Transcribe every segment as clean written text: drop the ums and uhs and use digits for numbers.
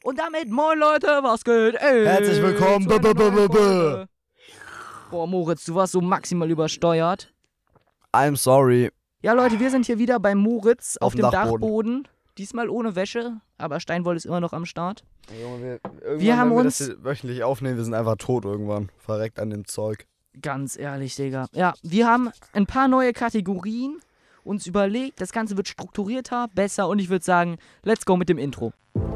Und damit, moin Leute, was geht? Ey, Herzlich willkommen. zu einer neuen Folge. Boah, Moritz, du warst so maximal übersteuert. I'm sorry. Ja, Leute, wir sind hier wieder bei Moritz auf Auf dem dem Dachboden. Dachboden. Diesmal ohne Wäsche, aber Steinwoll ist immer noch am Start. Junge, Wir haben wenn uns- das hier wöchentlich aufnehmen, wir sind einfach tot irgendwann. Verreckt an dem Zeug. Ganz ehrlich, Digga. Ja, wir haben ein paar neue Kategorien uns überlegt. Das Ganze wird strukturierter, besser und ich würde sagen, let's go mit dem Intro.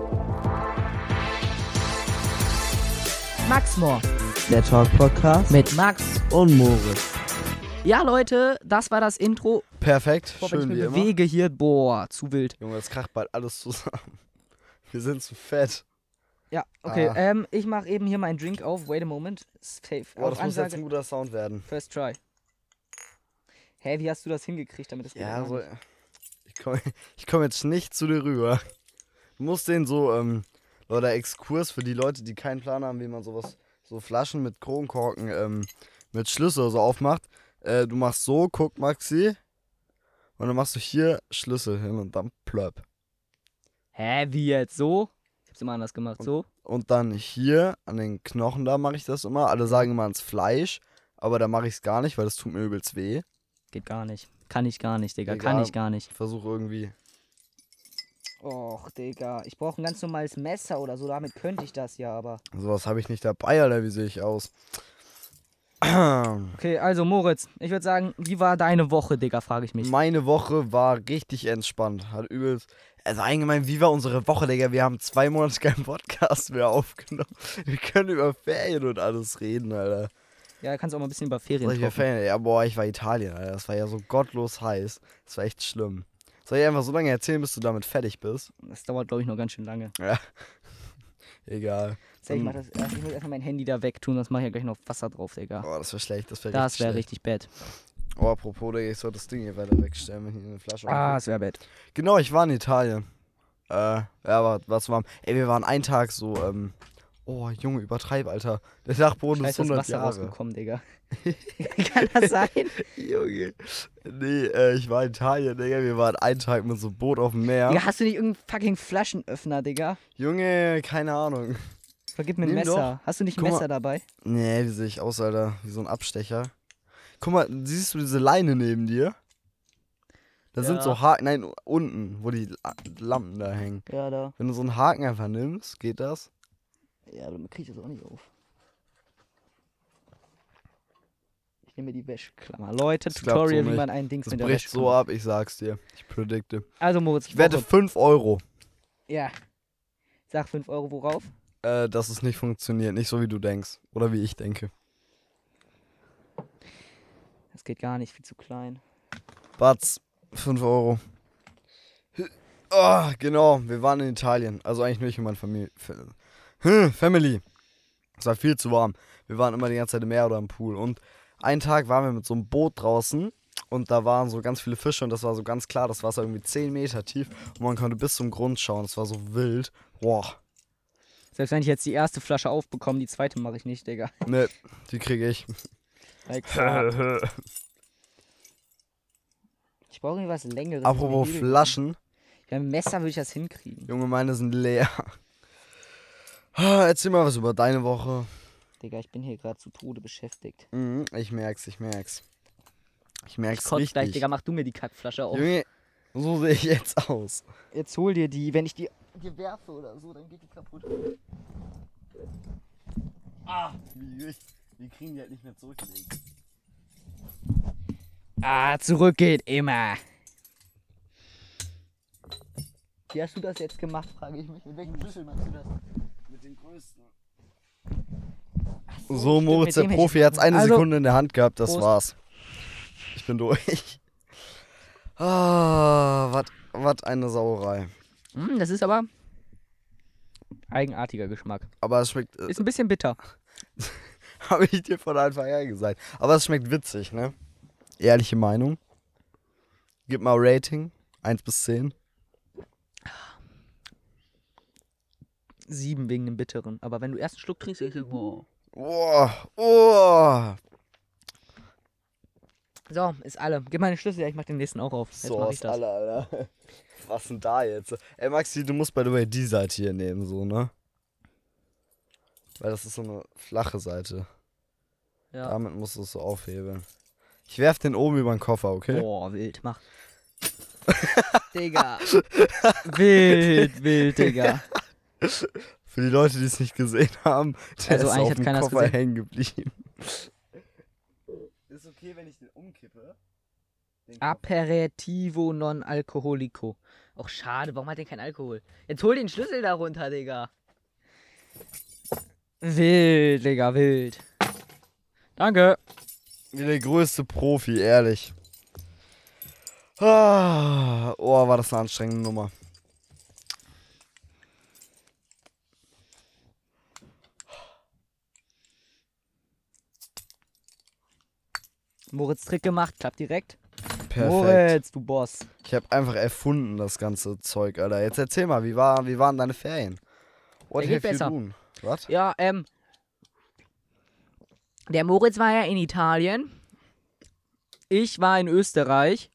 Max Moore Der Talk Podcast mit Max. und Moritz. Ja, Leute, das war das Intro. Perfekt. Boah, wenn ich Schön wie mich immer. bewege hier, boah, zu wild. Junge, das kracht bald alles zusammen. Wir sind zu fett. Ja, okay, Ah. ich mache eben hier meinen Drink auf. Wait a moment. Safe. Boah, Auf das muss jetzt Ansage. ein guter Sound werden. First try. Hä, wie hast du das hingekriegt, damit das geht Ja, gar so. nicht? Ich komm jetzt nicht zu dir rüber. Du musst den so, oder Exkurs für die Leute, die keinen Plan haben, wie man sowas, so Flaschen mit Kronkorken, mit Schlüssel oder so aufmacht. Du machst so, guck Maxi. Und dann machst du hier Schlüssel hin und dann plöpp. Hä, wie jetzt? So? Ich hab's immer anders gemacht. So? Und dann hier an den Knochen da mache ich das immer. Alle sagen immer ans Fleisch, aber da mache ich es gar nicht, weil das tut mir übelst weh. Geht gar nicht. Kann ich gar nicht, Digga. Egal. Kann ich gar nicht. Ich versuche irgendwie. Och, Digga. Ich brauche ein ganz normales Messer oder so. Damit könnte ich das ja, aber. Sowas habe ich nicht dabei, Alter. Wie sehe ich aus? Okay, also Moritz, ich würde sagen, wie war deine Woche, Digga, frage ich mich. Meine Woche war richtig entspannt. Hat übelst. Also allgemein, wie war unsere Woche, Digga? Wir haben 2 Monate keinen Podcast mehr aufgenommen. Wir können über Ferien und alles reden, Alter. Ja, kannst auch mal ein bisschen über Ferien Solche talken. Ferien? Ja, boah, ich war Italien, Alter. Das war ja so gottlos heiß. Das war echt schlimm. Soll ich einfach so lange erzählen, bis du damit fertig bist? Das dauert, glaube ich, noch ganz schön lange. Ja. Egal. Ich muss erstmal mein Handy da wegtun, sonst mache ich ja gleich noch Wasser drauf, Digga. Oh, das wäre schlecht. Das wäre Das wäre richtig bad. Oh, apropos, Digga, ich soll das Ding hier weiter wegstellen, wenn hier eine Flasche Ah, aufgeht. das wäre bad. Genau, ich war in Italien. Ja, aber was warm. Ey, wir waren einen Tag so, oh, Junge, übertreib, Alter. Der Dachboden ist Scheiße, ist 100 Wasser Jahre. rausgekommen, Digga. Kann das sein? Junge. Nee, ich war in Italien, Digga. Wir waren einen Tag mit so einem Boot auf dem Meer. Digga, hast du nicht irgendeinen fucking Flaschenöffner, Digga? Junge, keine Ahnung. Vergib mir ein Nimm Messer. Hast du nicht ein Guck mal. Messer dabei? Nee, wie sehe ich aus, Alter? Wie so ein Abstecher. Guck mal, siehst du diese Leine neben dir? Da sind Ja. so Haken, nein, unten, wo die Lampen da hängen. Ja, da. Wenn du so einen Haken einfach nimmst, geht das? Ja, dann krieg ich das auch nicht auf. Ich nehme mir die Wäschklammer. Leute, Das klappt so Tutorial, wie nicht. man einen Dings Das mit der bricht so Wäschklammer. ab, ich sag's dir. Ich predikte. Also Moritz, Ich wette Woche. 5 Euro, Ja. Sag 5 Euro, worauf? dass es nicht funktioniert. Nicht so, wie du denkst. Oder wie ich denke. Das geht gar nicht, viel zu klein. Batz, 5 Euro. Oh, genau, wir waren in Italien. Also eigentlich nur ich und meine Familie. Family. Es war viel zu warm. Wir waren immer die ganze Zeit im Meer oder im Pool. Und einen Tag waren wir mit so einem Boot draußen. Und da waren so ganz viele Fische. Und das war so ganz klar, das Wasser irgendwie 10 Meter tief. Und man konnte bis zum Grund schauen. Das war so wild. Boah. Selbst wenn ich jetzt die erste Flasche aufbekomme, die zweite mache ich nicht, Digga. Ne, die kriege ich. Like, ich brauche irgendwas Längeres. Apropos mit Hebel. Flaschen. Ja, mit dem Messer würde ich das hinkriegen. Junge, meine sind leer. Erzähl mal was über deine Woche. Digga, ich bin hier gerade zu Tode beschäftigt. Ich merk's. Ich Ich merk's kotze richtig. gleich, Digga, mach du mir die Kackflasche auf. Junge, so sehe ich jetzt aus. Jetzt hol dir die, wenn ich die dir werfe oder so, dann geht die kaputt. Wir kriegen die halt nicht mehr zurückgelegt. Ah, zurück geht immer. Wie hast du das jetzt gemacht, frage ich mich. Mit welchem Schlüssel machst du das? Mit den größten. So, So, stimmt, Moritz, mit der dem hätte Profi, ich- hat's eine Also, Sekunde in der Hand gehabt, das Prost. war's. Ich bin durch. Was eine Sauerei. Das ist aber eigenartiger Geschmack. Aber es schmeckt, Ist ein bisschen bitter. habe ich dir von Anfang an gesagt. Aber es schmeckt witzig, ne? Ehrliche Meinung. Gib mal Rating. 1 bis 10. 7 wegen dem Bitteren. Aber wenn du erst einen Schluck trinkst, ist es so. Oh. So, ist alle. Gib meine Schlüssel, ja, ich mach den nächsten auch auf. Jetzt So, mach ich ist das. alle, Alter. Was denn da jetzt? Ey, Maxi, du musst by the way die Seite hier nehmen, so, ne? Weil das ist so eine flache Seite. Ja. Damit musst du es so aufhebeln. Ich werf den oben über den Koffer, okay? Boah, wild, mach. Digga. Wild, Digga. Für die Leute, die es nicht gesehen haben, der Also ist eigentlich auf hat dem keiner es Koffer gesehen. hängen geblieben. Ist okay, wenn ich den umkippe? Aperitivo non alcoholico. Auch schade, warum hat der kein Alkohol? Jetzt hol den Schlüssel da runter, Digga. Wild, Digga, wild. Danke. Wie der größte Profi, ehrlich. Ah, oh, war das eine anstrengende Nummer. Moritz Trick gemacht, klappt direkt. Perfekt. Moritz, du Boss. Ich habe einfach erfunden, das ganze Zeug, Alter. Jetzt erzähl mal, wie waren deine Ferien? What Der geht have you besser. done? Was? Ja, der Moritz war ja in Italien. Ich war in Österreich.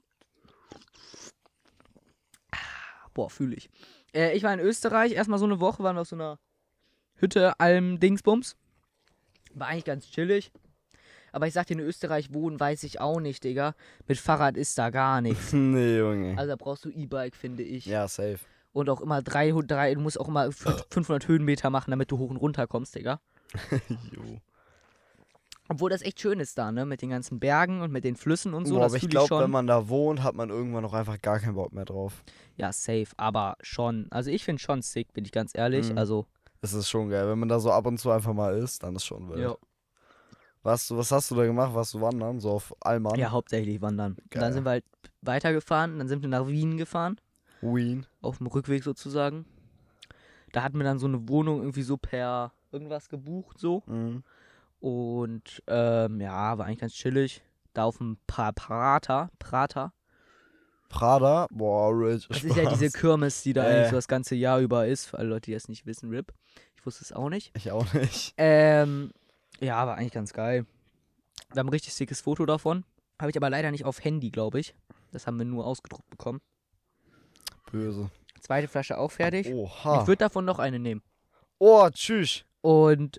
Boah, fühle ich. Ich war in Österreich, erstmal so eine Woche, waren wir auf so einer Hütte, allem Dingsbums. War eigentlich ganz chillig. Aber ich sag dir, in Österreich wohnen, weiß ich auch nicht, Digga. Mit Fahrrad ist da gar nichts. Nee, Junge. Also da brauchst du E-Bike, finde ich. Ja, safe. Und auch immer du musst auch immer 500 Höhenmeter machen, damit du hoch und runter kommst, Digga. Jo. Obwohl das echt schön ist da, ne? Mit den ganzen Bergen und mit den Flüssen und so. Boah, Das aber ich fühl glaube, schon. wenn man da wohnt, hat man irgendwann auch einfach gar keinen Bock mehr drauf. Ja, safe, aber schon. Also ich finde schon sick, bin ich ganz ehrlich. Mhm. Also, Es ist schon geil. Wenn man da so ab und zu einfach mal ist, dann ist schon wild. ja. Was hast du da gemacht? Warst du wandern? So auf Alman? Ja, hauptsächlich wandern. Und Geil. dann sind wir halt weitergefahren. Dann sind wir nach Wien gefahren. Wien. Auf dem Rückweg sozusagen. Da hatten wir dann so eine Wohnung irgendwie so per irgendwas gebucht, so. Mhm. Und, ja, war eigentlich ganz chillig. Da auf dem Prater. Prada? Boah, rich. Das ist ja diese Kirmes, die da eigentlich so Ja. das ganze Jahr über ist. Für alle Leute, die das nicht wissen, RIP. Ich wusste es auch nicht. Ich auch nicht. Ja, war eigentlich ganz geil. Wir haben ein richtig sickes Foto davon. Habe ich aber leider nicht auf Handy, glaube ich. Das haben wir nur ausgedruckt bekommen. Böse. Zweite Flasche auch fertig. Oha. Ich würde davon noch eine nehmen. Oh, tschüss. Und,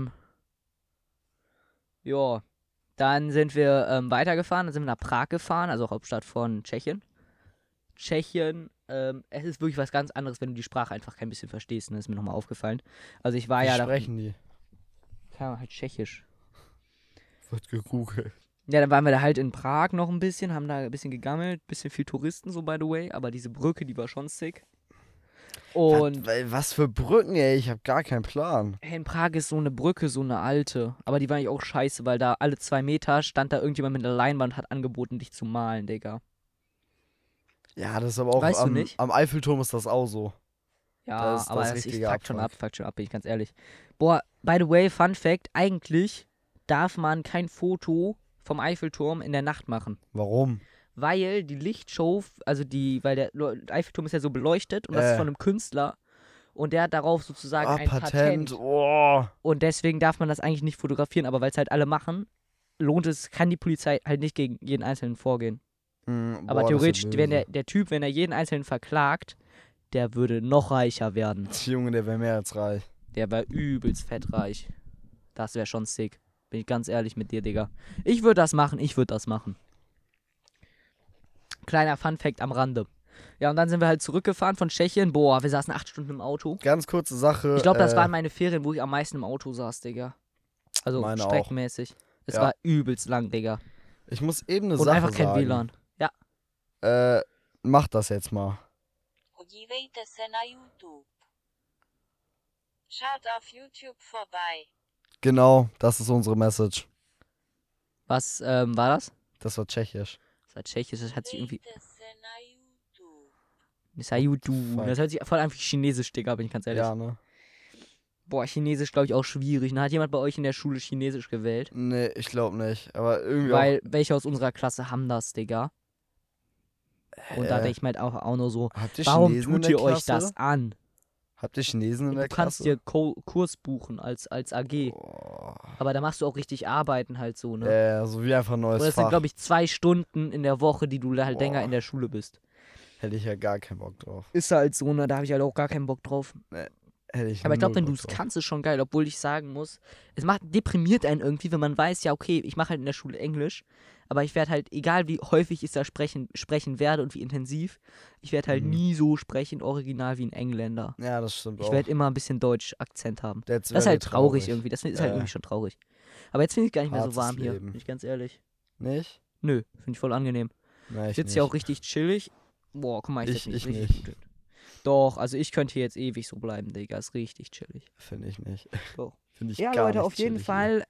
ja. Dann sind wir weitergefahren. Dann sind wir nach Prag gefahren, also Hauptstadt von Tschechien. Tschechien, es ist wirklich was ganz anderes, wenn du die Sprache einfach kein bisschen verstehst. Und das ist mir nochmal aufgefallen. Also ich war Wie ja da. sprechen die? Ja, halt Tschechisch. Wird gegoogelt. Ja, dann waren wir da halt in Prag noch ein bisschen, haben da ein bisschen gegammelt, bisschen viel Touristen so, by the way, aber diese Brücke, die war schon sick. Und Was für Brücken, ey? Ich habe gar keinen Plan. in Prag ist so eine Brücke, so eine alte, aber die war eigentlich auch scheiße, weil da alle 2 Meter stand da irgendjemand mit einer Leinwand und hat angeboten, dich zu malen, Digga. Ja, das ist aber auch Weißt du am, nicht? am Eiffelturm ist das auch so. Ja, Das ist aber das das ich richtige fuckt schon Abfuck. ab, bin ich ganz ehrlich. Boah, by the way, Fun Fact, eigentlich darf man kein Foto vom Eiffelturm in der Nacht machen. Warum? Weil die Lichtshow, weil der Eiffelturm ist ja so beleuchtet und das ist von einem Künstler und der hat darauf sozusagen ein Patent. Oh. Und deswegen darf man das eigentlich nicht fotografieren, aber weil es halt alle machen, kann die Polizei halt nicht gegen jeden Einzelnen vorgehen. Aber theoretisch, wenn der Typ, wenn er jeden Einzelnen verklagt, der würde noch reicher werden. Junge, der wäre mehr als reich. Der wäre übelst fettreich. Das wäre schon sick. Bin ich ganz ehrlich mit dir, Digga. Ich würde das machen. Kleiner Funfact am Rande. Ja, und dann sind wir halt zurückgefahren von Tschechien. Boah, wir saßen 8 Stunden im Auto. Ganz kurze Sache. Ich glaube, das waren meine Ferien, wo ich am meisten im Auto saß, Digga. Also Meine auch. streckenmäßig. Es Ja. war übelst lang, Digga. Ich muss eben eine Und Sache einfach kein sagen. WLAN. Ja. Mach das jetzt mal. Podívejte se na YouTube. Schaut auf YouTube vorbei. Genau, das ist unsere Message. Was war das? Das war tschechisch. Das war tschechisch, das hat sich irgendwie. Podívejte se na YouTube. Das war YouTube. Fuck. Das hört sich voll einfach chinesisch, Digga, bin ich ganz ehrlich. Ja, ne? Boah, Chinesisch glaube ich auch schwierig. Hat jemand bei euch in der Schule Chinesisch gewählt? Nee, ich glaube nicht. Aber irgendwie Weil welche aus unserer Klasse haben das, Digga? Und da denke ich mir halt auch nur so, auch. Habt ihr warum Chinesen in tut der ihr euch Klasse? das an? Habt ihr Chinesen in der Du kannst Klasse? dir Kurs buchen als AG. Boah. Aber da machst du auch richtig Arbeiten halt so, ne? So wie einfach ein neues Und das sind, Fach. glaube ich, 2 Stunden in der Woche, die du halt länger Boah. in der Schule bist. Hätte ich ja gar keinen Bock drauf. Ist halt so, ne? Da habe ich halt auch gar keinen Bock drauf. hätte ich Aber ich glaube, null wenn du Bock es drauf. kannst, ist schon geil, obwohl ich sagen muss, es deprimiert einen irgendwie, wenn man weiß, ja, okay, ich mache halt in der Schule Englisch, aber ich werde halt, egal wie häufig ich da sprechen werde und wie intensiv, ich werde halt Mhm. nie so sprechen, original wie ein Engländer. Ja, das stimmt Ich auch. werde immer ein bisschen Deutsch-Akzent haben. Jetzt Das ist wär halt dir traurig irgendwie, das ist halt Ja. irgendwie schon traurig. Aber jetzt finde ich gar nicht mehr so Hartes warm hier, Leben. bin ich ganz ehrlich. Nicht? Nö, finde ich voll angenehm. Nein, Ich sitze hier auch richtig chillig. Boah, guck mal, Ich setz mich nicht. richtig gut hin. Doch, also ich könnte hier jetzt ewig so bleiben, Digga, ist richtig chillig. Finde ich nicht. Doch. Finde ich Ja, gar Leute, nicht auf jeden chillig Fall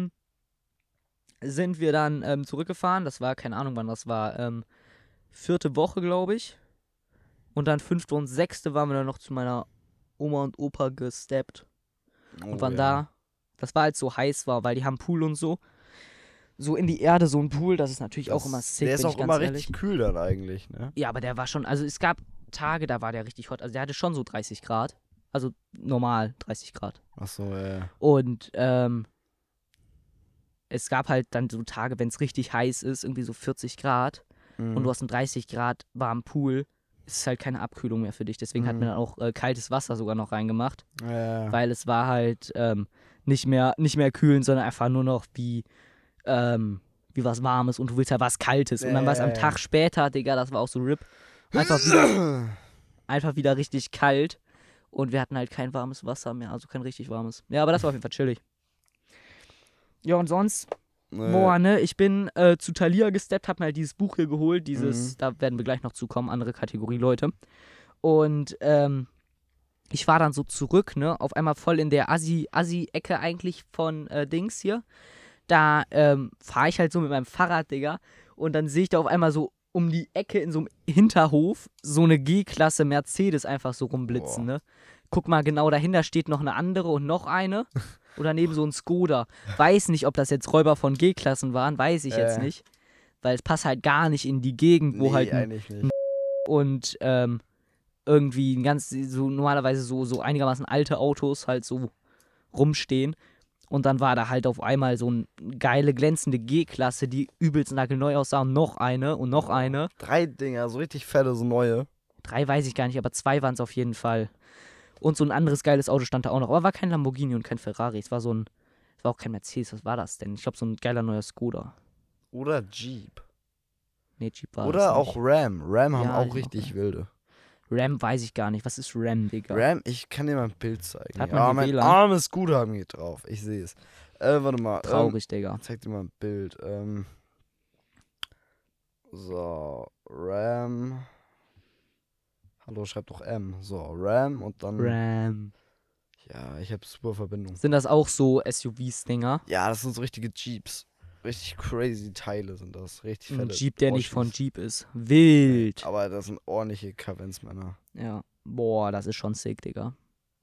sind wir dann zurückgefahren. Das war, keine Ahnung wann das war, 4. Woche, glaube ich. Und dann 5. und 6. waren wir dann noch zu meiner Oma und Opa gesteppt. hier. Und Oh, waren ja. da. Das war, als so heiß war, weil die haben Pool und so. So in die Erde, so ein Pool, das ist natürlich auch immer sick, Der ist bin auch ich ganz immer ehrlich. richtig kühl dann eigentlich, ne? Ja, aber der war schon, also es gab Tage, da war der richtig hot. Also der hatte schon so 30 Grad. Also normal 30 Grad. Achso, ja. Und es gab halt dann so Tage, wenn es richtig heiß ist, irgendwie so 40 Grad Mhm. und du hast einen 30 Grad warmen Pool, ist es halt keine Abkühlung mehr für dich. Deswegen hat Mhm. man dann auch kaltes Wasser sogar noch reingemacht, Ja. weil es war halt nicht mehr kühlen, sondern einfach nur noch wie was Warmes und du willst halt was Kaltes. Und dann war es am Ja. Tag später, Digga, das war auch so RIP, einfach wieder richtig kalt. Und wir hatten halt kein warmes Wasser mehr, also kein richtig warmes. Ja, aber das war auf jeden Fall chillig. Ja, und sonst, boah, ne, ich bin zu Thalia gesteppt, hab mir halt dieses Buch hier geholt, da werden wir gleich noch zukommen, andere Kategorie Leute. Und ich war dann so zurück, ne, auf einmal voll in der Assi-Ecke eigentlich von Dings hier. Da fahre ich halt so mit meinem Fahrrad, Digga, und dann sehe ich da auf einmal so um die Ecke in so einem Hinterhof so eine G-Klasse Mercedes einfach so rumblitzen, Boah. ne. Guck mal, genau dahinter steht noch eine andere und noch eine. Oder neben so ein Skoda. Weiß nicht, ob das jetzt Räuber von G-Klassen waren, weiß ich jetzt nicht. Weil es passt halt gar nicht in die Gegend, wo Nee, halt eigentlich nicht. und irgendwie ein ganz, so normalerweise so einigermaßen alte Autos halt so rumstehen. Und dann war da halt auf einmal so eine geile, glänzende G-Klasse, die übelst nagelneu aussah und noch eine und noch eine. 3 Dinger, so richtig fette, so neue. 3 weiß ich gar nicht, aber 2 waren es auf jeden Fall. Und so ein anderes geiles Auto stand da auch noch. Aber war kein Lamborghini und kein Ferrari. Es war auch kein Mercedes. Was war das denn? Ich glaube, so ein geiler neuer Skoda. Oder Jeep. Nee, Jeep war Oder das auch nicht. Ram. Ram haben Ja, auch die richtig auch, wilde. Ram weiß ich gar nicht. Was ist Ram, Digga? Ram, ich kann dir mal ein Bild zeigen. Hat man hier mein WLAN? armes Guthaben geht drauf. Ich sehe es. Warte mal. Traurig, Digga. Zeig dir mal ein Bild. So, Ram. Hallo, schreib doch M. So, Ram und dann. Ram. Ja, ich habe super Verbindung. Sind das auch so SUVs, Dinger? Ja, das sind so richtige Jeeps. Richtig crazy Teile sind das. Richtig Ein fette. Jeep, der nicht von Oschis. Jeep ist. Wild. Aber das sind ordentliche Kavenzmänner. Ja. Boah, das ist schon sick, Digga.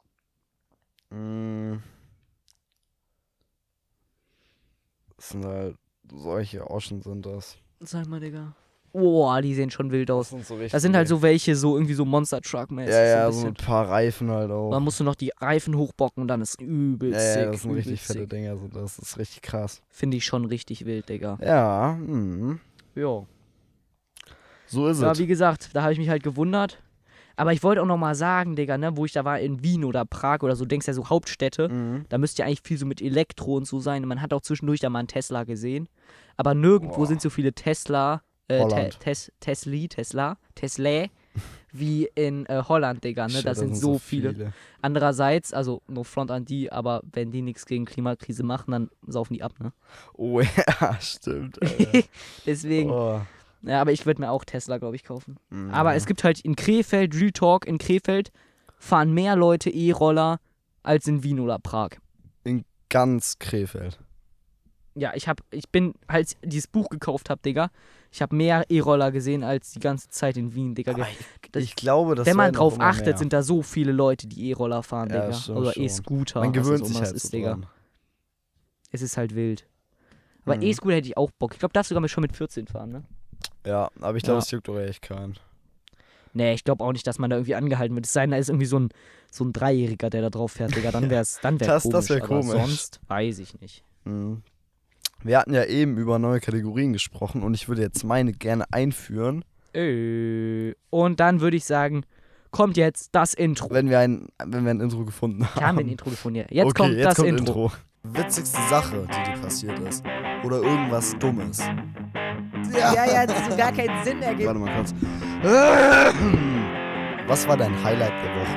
Das sind halt solche Oschen sind das. Sag mal, Digga. Boah, die sehen schon wild aus. sind so richtig. Das sind halt so welche, so irgendwie so Monster Truck-mäßig. Ja, ja, so so ein ein bisschen. paar Reifen halt auch. Dann musst du noch die Reifen hochbocken und dann ist übel Ja, sick. ja, das sind richtig übelst fette sick. Dinger. So, das ist richtig krass. Finde ich schon richtig wild, Digga. Ja, Ja. so ist Ja, es. wie gesagt, da habe ich mich halt gewundert. Aber ich wollte auch noch mal sagen, Digga, ne, wo ich da war in Wien oder Prag oder so, denkst ja so Hauptstädte, Mhm. da müsste ja eigentlich viel so mit Elektro und so sein. Man hat auch zwischendurch da mal einen Tesla gesehen. Aber nirgendwo Boah. sind so viele Tesla, Holland. Tesla, wie in Holland, Digga, ne? Shit, Das sind so viele. Andererseits, also no front an die, aber wenn die nichts gegen Klimakrise machen, dann saufen die ab, ne? Oh ja, stimmt. Alter. Deswegen, Oh. ja, aber ich würde mir auch Tesla, glaube ich, kaufen. Mhm. Aber es gibt halt in Krefeld, Real Talk, in Krefeld fahren mehr Leute E-Roller als in Wien oder Prag. Ganz Krefeld. Ja, ich bin, als ich dieses Buch gekauft habe, Digga, ich habe mehr E-Roller gesehen als die ganze Zeit in Wien, Digga. Aber Das- ich glaube, das Wenn man werden drauf auch immer achtet, mehr. sind da so viele Leute, die E-Roller fahren, Ja, Digga. stimmt Oder schon. E-Scooter. Man was gewöhnt auch sich immer halt es so ist, Digga. dran. Es ist halt wild. Aber Mhm. E-Scooter hätte ich auch Bock. Ich glaube, darfst du sogar schon mit 14 fahren, ne? Ja, aber ich glaube, Ja. es juckt doch echt keinen. Nee, ich glaube auch nicht, dass man da irgendwie angehalten wird. Es sei denn, da ist irgendwie so ein Dreijähriger, der da drauf fährt, Digga. Dann wär's Das komisch. wär aber komisch. sonst weiß ich nicht. Mhm. Wir hatten ja eben über neue Kategorien gesprochen und ich würde jetzt meine gerne einführen. Und dann würde ich sagen, kommt jetzt das Intro. Wenn wir ein Intro gefunden haben. Wir haben ein Intro gefunden, ja. Jetzt okay, kommt jetzt das kommt Intro. Witzigste Sache, die dir passiert ist. Oder irgendwas Dummes. Ja, das so gar keinen Sinn ergibt. Warte mal kurz. Was war dein Highlight der Woche?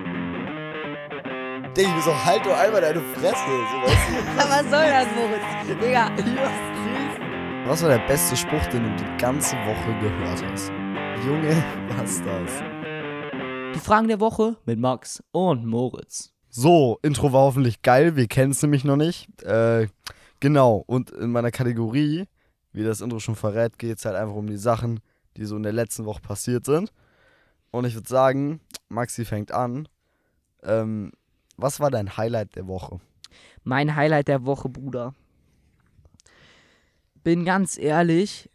Digga, so halt doch einmal deine Fresse. So, weißt du? Was soll das, Moritz? Digga. Was war der beste Spruch, den du die ganze Woche gehört hast? Junge, was ist das? Die Fragen der Woche mit Max und Moritz. So, Intro war hoffentlich geil. Wir kennen es nämlich noch nicht. Genau, und in meiner Kategorie, wie das Intro schon verrät, geht es halt einfach um die Sachen, die so in der letzten Woche passiert sind. Und ich würde sagen, Maxi fängt an. Was war dein Highlight der Woche? Mein Highlight der Woche, Bruder. Bin ganz ehrlich.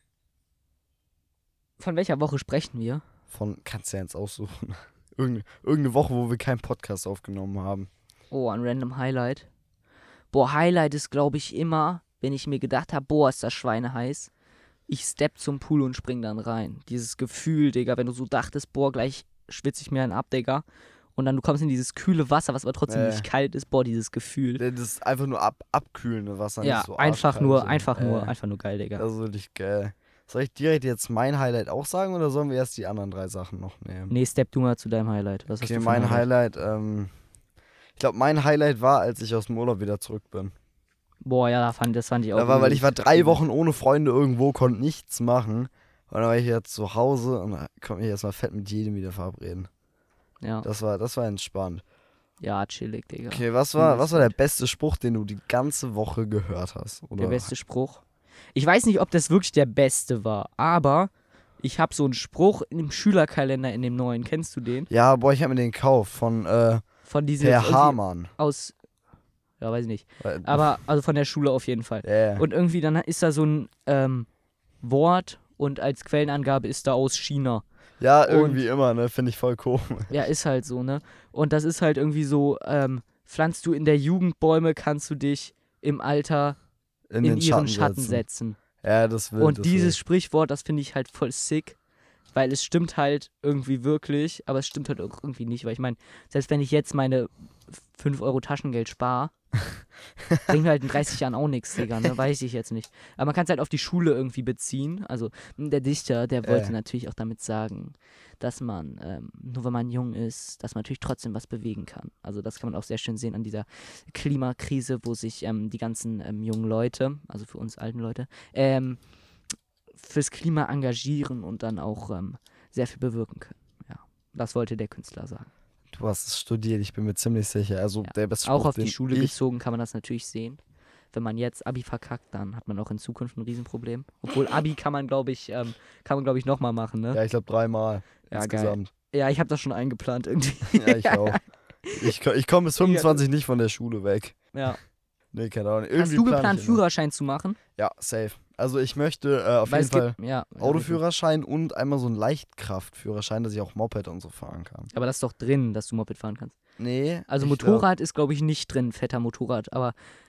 Von welcher Woche sprechen wir? Kannst du ja jetzt aussuchen. Irgendeine Woche, wo wir keinen Podcast aufgenommen haben. Oh, ein random Highlight. Boah, Highlight ist, glaube ich, immer, wenn ich mir gedacht habe, boah, ist das Schweine heiß. Ich stepp zum Pool und spring dann rein. Dieses Gefühl, Digga, wenn du so dachtest, boah, gleich schwitze ich mir einen ab, Digga. Und dann du kommst in dieses kühle Wasser, was aber trotzdem nicht kalt ist. Boah, dieses Gefühl. Das ist einfach nur abkühlende Wasser. Ja, nicht so einfach arschkalt. nur geil, Digga. Das ist wirklich geil. Soll ich direkt jetzt mein Highlight auch sagen oder sollen wir erst die anderen 3 Sachen noch nehmen? Nee, step du mal zu deinem Highlight. Was hast Okay, du für mein ein Highlight, ich glaube, mein Highlight war, als ich aus dem Urlaub wieder zurück bin. Boah, ja, das fand ich auch. Weil ich war 3 Wochen ohne Freunde irgendwo, konnte nichts machen. Und dann war ich jetzt zu Hause und da konnte mich erstmal fett mit jedem wieder verabreden. Ja, Das war entspannt. ja, chillig, Digga. Okay, was war der beste Spruch, den du die ganze Woche gehört hast? Oder? Der beste Spruch. Ich weiß nicht, ob das wirklich der beste war, aber ich habe so einen Spruch im Schülerkalender in dem neuen. Kennst du den? Ja, boah, ich habe mir den gekauft von Von diesem Herr Hamann. aus. Ja, weiß ich nicht. Aber also von der Schule auf jeden Fall. Yeah. Und irgendwie dann ist da so ein Wort und als Quellenangabe ist da aus China. Ja, irgendwie immer, ne? Finde ich voll komisch. Ja, ist halt so, ne? Und das ist halt irgendwie so, pflanzt du in der Jugend Bäume, kannst du dich im Alter in den ihren Schatten setzen. Ja, das will Und dieses Sprichwort, das finde ich halt voll sick, weil es stimmt halt irgendwie wirklich, aber es stimmt halt auch irgendwie nicht, weil ich meine, selbst wenn ich jetzt meine 5 Euro Taschengeld spare, bringt mir halt in 30 Jahren auch nichts, Digga, ne? Weiß ich jetzt nicht. Aber man kann es halt auf die Schule irgendwie beziehen. Also der Dichter, der wollte natürlich auch damit sagen, dass man, nur wenn man jung ist, dass man natürlich trotzdem was bewegen kann. Also das kann man auch sehr schön sehen an dieser Klimakrise, wo sich die ganzen jungen Leute, also für uns alten Leute, fürs Klima engagieren und dann auch sehr viel bewirken können. Ja, das wollte der Künstler sagen. Du hast es studiert, ich bin mir ziemlich sicher. Also Ja. der beste Auch Spruch, auf die den Schule ich- bezogen kann man das natürlich sehen. Wenn man jetzt Abi verkackt, dann hat man auch in Zukunft ein Riesenproblem. Obwohl Abi kann man, glaube ich, nochmal machen, ne? Ja, ich glaube 3-mal Ja, insgesamt. Ja, ich habe das schon eingeplant irgendwie. Ja, ich auch. Ich komme bis 25 nicht von der Schule weg. Ja. Nee, keine Ahnung. Hast Irgendwie du plan geplant, ich immer. Führerschein zu machen? Ja, safe. Also ich möchte auf Weil jeden es Fall gibt, ja. Autoführerschein und einmal so einen Leichtkraftführerschein, dass ich auch Moped und so fahren kann. Aber das ist doch drin, dass du Moped fahren kannst. Nee. Also ich Motorrad ist, glaube ich, nicht drin, ein fettes Motorrad, aber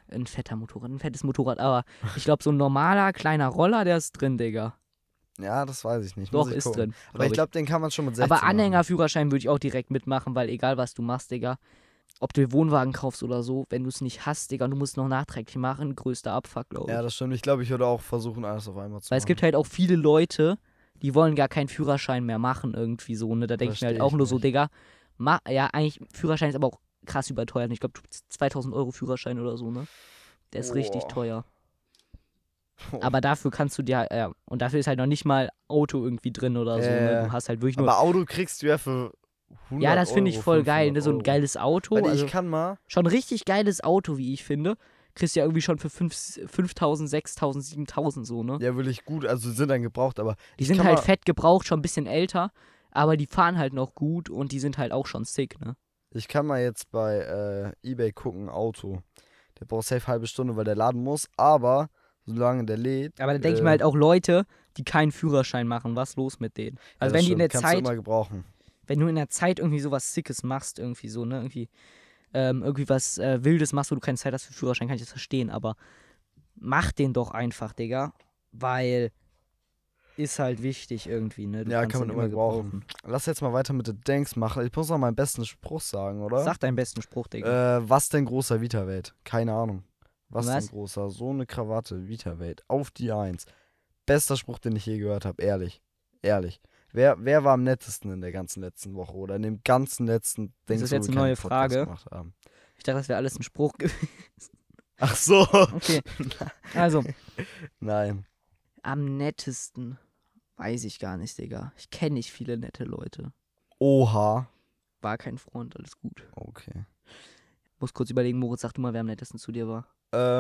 ich glaube, so ein normaler kleiner Roller, der ist drin, Digga. Ja, das weiß ich nicht. Doch, Muss ich ist gucken. drin. Aber ich glaube, den kann man schon mit 16 Aber machen. Anhängerführerschein würde ich auch direkt mitmachen, weil egal was du machst, Digga, ob du Wohnwagen kaufst oder so, wenn du es nicht hast, Digga, und du musst noch nachträglich machen, größter Abfuck, glaube ich. Ja, das stimmt. Ich glaube, ich würde auch versuchen, alles auf einmal zu Weil machen. es gibt halt auch viele Leute, die wollen gar keinen Führerschein mehr machen, irgendwie so, ne? Da denke ich mir halt Versteh auch ich nur so, nicht. Digga, ja, eigentlich, Führerschein ist aber auch krass überteuert. Ich glaube, 2000 Euro Führerschein oder so, ne? Der ist richtig Boah. teuer. Aber dafür kannst du dir, ja, und dafür ist halt noch nicht mal Auto irgendwie drin oder so, ne? Du hast halt wirklich nur. Aber Auto kriegst du ja für 100 Ja, das finde ich Euro, voll geil, 500 ne? So ein Euro. geiles Auto. Weil Also ich kann mal. schon ein richtig geiles Auto, wie ich finde. Kriegst du ja irgendwie schon für 5.000, 6.000, 7.000 so, ne? Ja, wirklich gut. Also sind dann gebraucht, aber. Die ich sind kann halt mal, fett gebraucht, schon ein bisschen älter, aber die fahren halt noch gut und die sind halt auch schon sick, ne? Ich kann mal jetzt bei eBay gucken, Auto. Der braucht safe halbe Stunde, weil der laden muss, aber solange der lädt. Aber da denke ich mir halt auch Leute, die keinen Führerschein machen, was los mit denen? Also ja, wenn die in der kannst du Zeit, immer gebrauchen. wenn du in der Zeit irgendwie sowas Sickes machst, irgendwie so, ne, irgendwie was Wildes machst, wo du keine Zeit hast für Führerschein, kann ich das verstehen, aber mach den doch einfach, Digga, weil ist halt wichtig irgendwie, ne? Du Ja, kannst kann man ihn immer gebrauchen. Lass jetzt mal weiter mit den Denks machen. Ich muss noch meinen besten Spruch sagen, oder? Sag deinen besten Spruch, Digga. Was denn großer Vitawelt? Keine Ahnung. Was Was? denn großer? So eine Krawatte, Vitawelt. Auf die 1. Bester Spruch, den ich je gehört habe. Ehrlich. Ehrlich. Wer war am nettesten in der ganzen letzten Woche oder in dem ganzen letzten Ding, das wo jetzt wir eine neue keinen Podcast Frage? gemacht haben? Ich dachte, das wäre alles ein Spruch gewesen. Ach so. Okay. Also, Nein. am nettesten weiß ich gar nicht, Digga. Ich kenne nicht viele nette Leute. Oha. War kein Freund, alles gut. Okay. Muss kurz überlegen, Moritz, sag du mal, wer am nettesten zu dir war.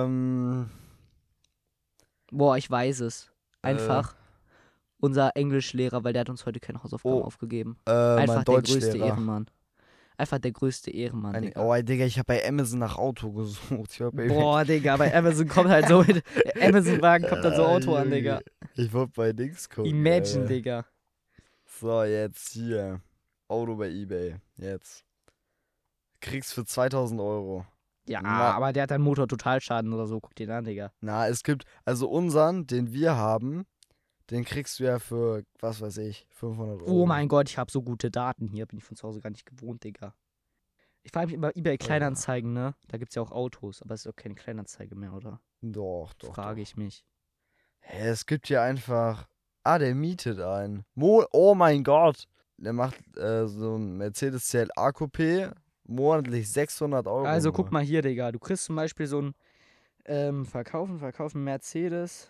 Boah, ich weiß es. Einfach unser Englischlehrer, weil der hat uns heute keine Hausaufgaben aufgegeben. Einfach mein der größte Deutschlehrer. Ehrenmann. Einfach der größte Ehrenmann, Digga. Oh, Digga, ich habe bei Amazon nach Auto gesucht. Ich hab Boah, Digga, bei Amazon kommt halt so mit Amazon-Wagen kommt dann so Auto an, Digga. Ich wollte bei Dings gucken. Imagine, Alter. Digga. So, jetzt hier. Auto bei eBay. Jetzt. Kriegst für 2000 Euro. Ja, Na- aber der hat einen Motor-Totalschaden oder so. Guck dir den an, Digga. Na, es gibt, also unseren, den wir haben, den kriegst du ja für, was weiß ich, 500 Euro. Oh mein Gott, ich habe so gute Daten hier. Bin ich von zu Hause gar nicht gewohnt, Digga. Ich frage mich über eBay Kleinanzeigen, ne? Da gibt's ja auch Autos, aber es ist auch keine Kleinanzeige mehr, oder? Doch. Frage ich mich. Hä, es gibt hier einfach, der mietet einen. Oh mein Gott. Der macht so ein Mercedes CLA Coupé, monatlich 600 Euro. Also nur. guck mal hier, Digga. Du kriegst zum Beispiel so ein verkaufen Mercedes.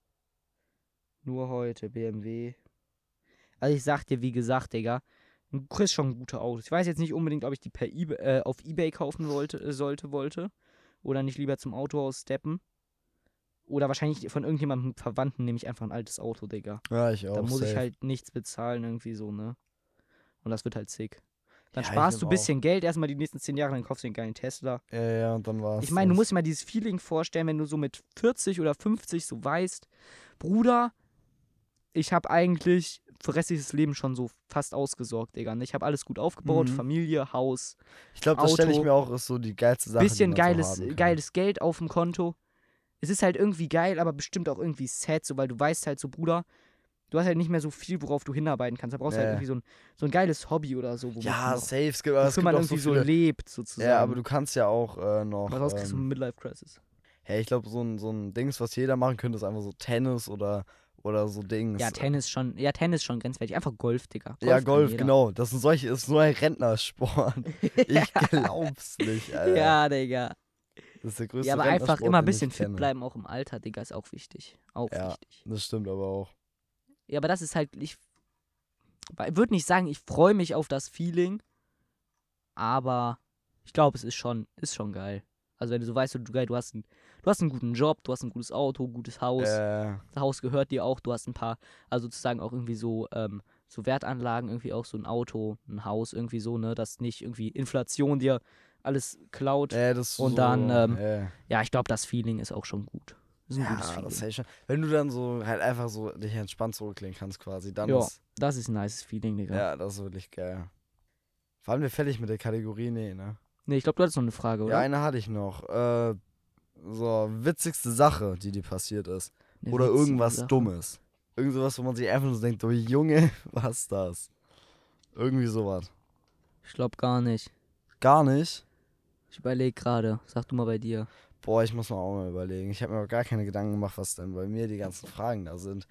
Nur heute, BMW. Also ich sag dir, wie gesagt, Digga, du kriegst schon gute Autos. Ich weiß jetzt nicht unbedingt, ob ich die auf Ebay kaufen wollte. Oder nicht lieber zum Autohaus steppen. Oder wahrscheinlich von irgendjemandem Verwandten nehme ich einfach ein altes Auto, Digga. Ja, ich auch. Da muss ich safe. halt nichts bezahlen, irgendwie so, ne? Und das wird halt sick. Dann Ja, ich sparst du nehm ein bisschen Geld erstmal die nächsten 10 Jahre, dann kaufst du den geilen Tesla. Ja, und dann war's. Ich meine, du das. musst dir mal dieses Feeling vorstellen, wenn du so mit 40 oder 50 so weißt, Bruder, ich habe eigentlich für restliches Leben schon so fast ausgesorgt, Digga. Ne? Ich habe alles gut aufgebaut, Mhm. Familie, Haus, Ich glaube, das stelle ich Auto, mir auch ist so die geilste Sache, bisschen die man geiles, so haben kann. geiles Geld auf dem Konto. Es ist halt irgendwie geil, aber bestimmt auch irgendwie sad, so, weil du weißt halt so, Bruder, du hast halt nicht mehr so viel, worauf du hinarbeiten kannst. Da brauchst du halt irgendwie so ein geiles Hobby oder so, womit Ja, du noch, safe. Es gibt, aber es wofür gibt man auch irgendwie so so viele. lebt, sozusagen. Ja, aber du kannst ja auch noch. Aber sonst kriegst du eine Midlife-Crisis. Hey, ich glaube, so ein Dings, was jeder machen könnte, ist einfach so Tennis oder so Dings. Ja, Tennis schon grenzwertig. Einfach Golf, Digga. Ja, kann Golf, jeder. genau. Das ist so ein Rentnersport. Ich glaub's nicht, Alter. Ja, Digga. Das ist der größte Ja, aber einfach Rentnersport, immer ein den ich bisschen fit kenne. bleiben, auch im Alter, Digga, ist auch wichtig. Auch Ja. wichtig. Das stimmt aber auch. Ja, aber das ist halt, ich würde nicht sagen, ich freue mich auf das Feeling, aber ich glaube, es ist schon geil. Also wenn du so weißt, du hast einen guten Job, du hast ein gutes Auto, gutes Haus, das Haus gehört dir auch, du hast ein paar, also sozusagen auch irgendwie so Wertanlagen, irgendwie auch so ein Auto, ein Haus, irgendwie so, ne, dass nicht irgendwie Inflation dir alles klaut. Das Und so, dann, Ja, ich glaube, das Feeling ist auch schon gut. Das ist ein gutes ja, Feeling. das ist schon. Wenn du dann so halt einfach so dich entspannt zurücklehnen kannst quasi, dann Ja, ist. das ist ein nice Feeling, Digga. Ja, das ist wirklich geil. Waren wir fertig mit der Kategorie? Nee, ne? Ne, ich glaube, du hattest noch eine Frage, oder? Ja, eine hatte ich noch. So, witzigste Sache, die dir passiert ist. Eine Oder witzige irgendwas Sache. Dummes. Irgend sowas, wo man sich einfach nur so denkt, oh Junge, was ist das? Irgendwie sowas. Ich glaube gar nicht. Gar nicht? Ich überlege gerade. Sag du mal bei dir. Boah, ich muss mir auch mal überlegen. Ich habe mir auch gar keine Gedanken gemacht, was denn bei mir die ganzen Fragen da sind.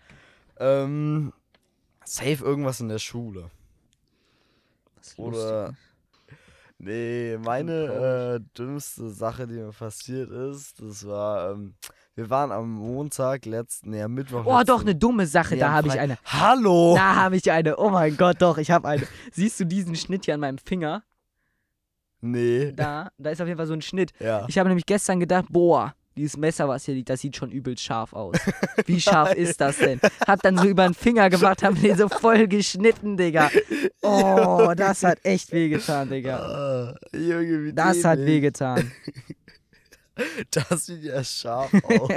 Safe irgendwas in der Schule. Was Oder- Lustiges. Nee, meine dümmste Sache, die mir passiert ist, das war, wir waren am Montag am Mittwoch. Oh, doch, eine dumme Sache. Da am habe ich Freit- eine. Hallo! Da habe ich eine. Oh mein Gott, doch, ich habe eine. Siehst du diesen Schnitt hier an meinem Finger? Nee. Da ist auf jeden Fall so ein Schnitt. Ja. Ich habe nämlich gestern gedacht, boah, dieses Messer, was hier liegt, das sieht schon übelst scharf aus. Wie scharf ist das denn? Hab dann so über den Finger gemacht, hab den so voll geschnitten, Digga. Oh, das hat echt wehgetan, Digga. Junge, wie Das hat dämlich. wehgetan. Das sieht ja scharf aus.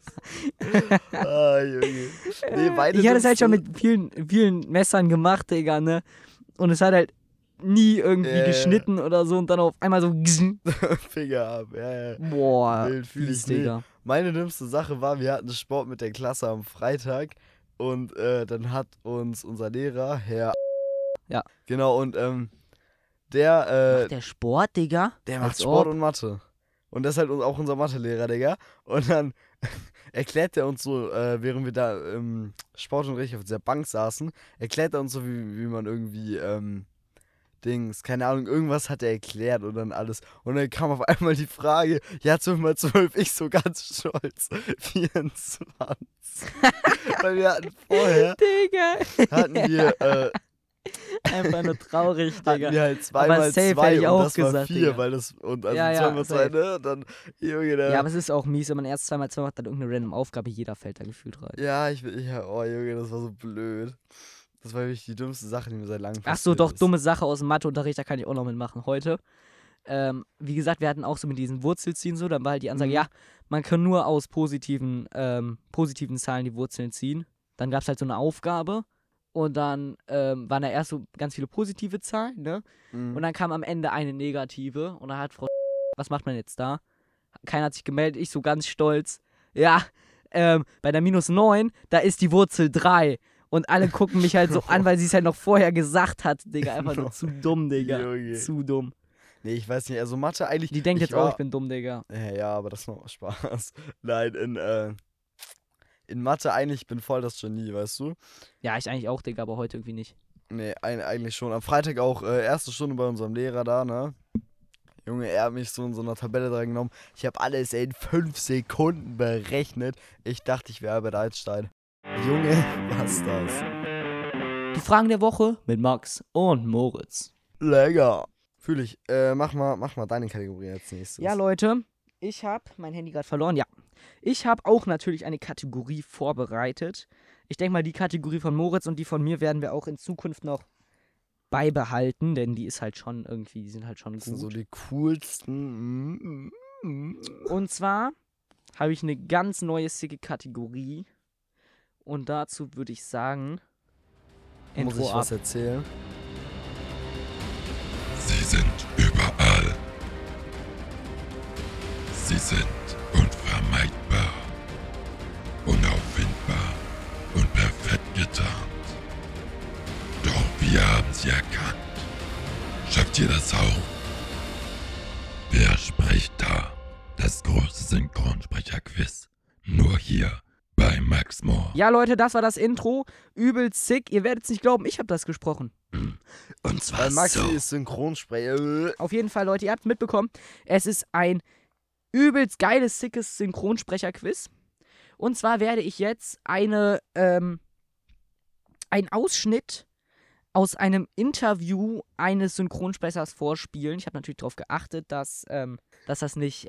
Junge. Nee, meine Ich hatte es halt schon dümmste- mit vielen Messern gemacht, Digga, ne? Und es hat halt nie irgendwie geschnitten oder so und dann auf einmal so Finger ab. Ja. boah, Wild, fühl fies, ich nicht. Digga. Meine dümmste Sache war, wir hatten Sport mit der Klasse am Freitag Und dann hat uns unser Lehrer, Herr Ja. Genau, und der Macht der Sport, Digga? Der macht Als Sport ob. und Mathe. Und das ist halt auch unser Mathelehrer, Digga. Und dann erklärt er uns so, während wir da im Sportunterricht auf dieser Bank saßen, erklärt er uns so, wie man irgendwie, keine Ahnung, irgendwas hat er erklärt und dann alles. Und dann kam auf einmal die Frage, ja, 12 mal 12, ich so ganz stolz, 24. Weil wir hatten vorher, Digga. hatten wir, Einfach nur traurig, hatten Digga. wir halt 2 Aber mal safe 2 hätte ich und auch das war gesagt, 4, Digga. weil das, und also Ja, 2 mal 2, safe. ne, und dann, Junge, Ja, aber es ist auch mies, wenn man erst 2x2 macht, dann irgendeine random Aufgabe, jeder fällt da gefühlt rein. Ja, oh Junge, das war so blöd. Das war wirklich die dümmste Sache, die mir seit langem Ach so, passiert doch, ist. dumme Sache aus dem Matheunterricht, da kann ich auch noch mitmachen. Heute, wie gesagt, wir hatten auch so mit diesen Wurzelziehen so, dann war halt die Ansage, Mhm. ja, man kann nur aus positiven Zahlen die Wurzeln ziehen. Dann gab es halt so eine Aufgabe und dann waren da erst so ganz viele positive Zahlen, ne? Mhm. Und dann kam am Ende eine negative und da hat Frau was macht man jetzt da? Keiner hat sich gemeldet, ich so ganz stolz. Ja, bei der -9, da ist die Wurzel 3. Und alle gucken mich halt so an, weil sie es halt noch vorher gesagt hat, Digga. Einfach nur zu dumm, Digga. Junge. Zu dumm. Nee, ich weiß nicht, also Mathe eigentlich. Die denkt ich jetzt auch, war- ich bin dumm, Digga. Ja, aber das macht auch Spaß. Nein, in Mathe eigentlich, ich bin voll das Genie, weißt du? Ja, ich eigentlich auch, Digga, aber heute irgendwie nicht. Nee, eigentlich schon. Am Freitag auch erste Stunde bei unserem Lehrer da, ne? Junge, er hat mich so in so einer Tabelle dran genommen. Ich habe alles in 5 Sekunden berechnet. Ich dachte, ich wäre Albert Einstein. Junge, was ist das? Die Fragen der Woche mit Max und Moritz. Lecker. Fühl ich. Mach mal deine Kategorie als nächstes. Ja, Leute, ich habe mein Handy gerade verloren. Ja, ich habe auch natürlich eine Kategorie vorbereitet. Ich denke mal, die Kategorie von Moritz und die von mir werden wir auch in Zukunft noch beibehalten, denn die ist halt schon irgendwie, die sind halt schon Das sind so gut. die coolsten. Und zwar habe ich eine ganz neue, sicke Kategorie. Und dazu würde ich sagen, Muss Intro ich was ab. erzählen? Sie sind überall. Sie sind unvermeidbar, unauffindbar und perfekt getarnt. Doch wir haben sie erkannt. Schafft ihr das auch? Wer spricht da? Das große Synchronsprecher-Quiz. Nur hier bei Max Moore. Ja, Leute, das war das Intro. Übelst sick. Ihr werdet es nicht glauben, ich habe das gesprochen. Und zwar Weil Maxi so. ist Synchronsprecher. Auf jeden Fall, Leute, ihr habt mitbekommen, es ist ein übelst geiles, sickes Synchronsprecher-Quiz. Und zwar werde ich jetzt einen Ausschnitt aus einem Interview eines Synchronsprechers vorspielen. Ich habe natürlich darauf geachtet, dass das nicht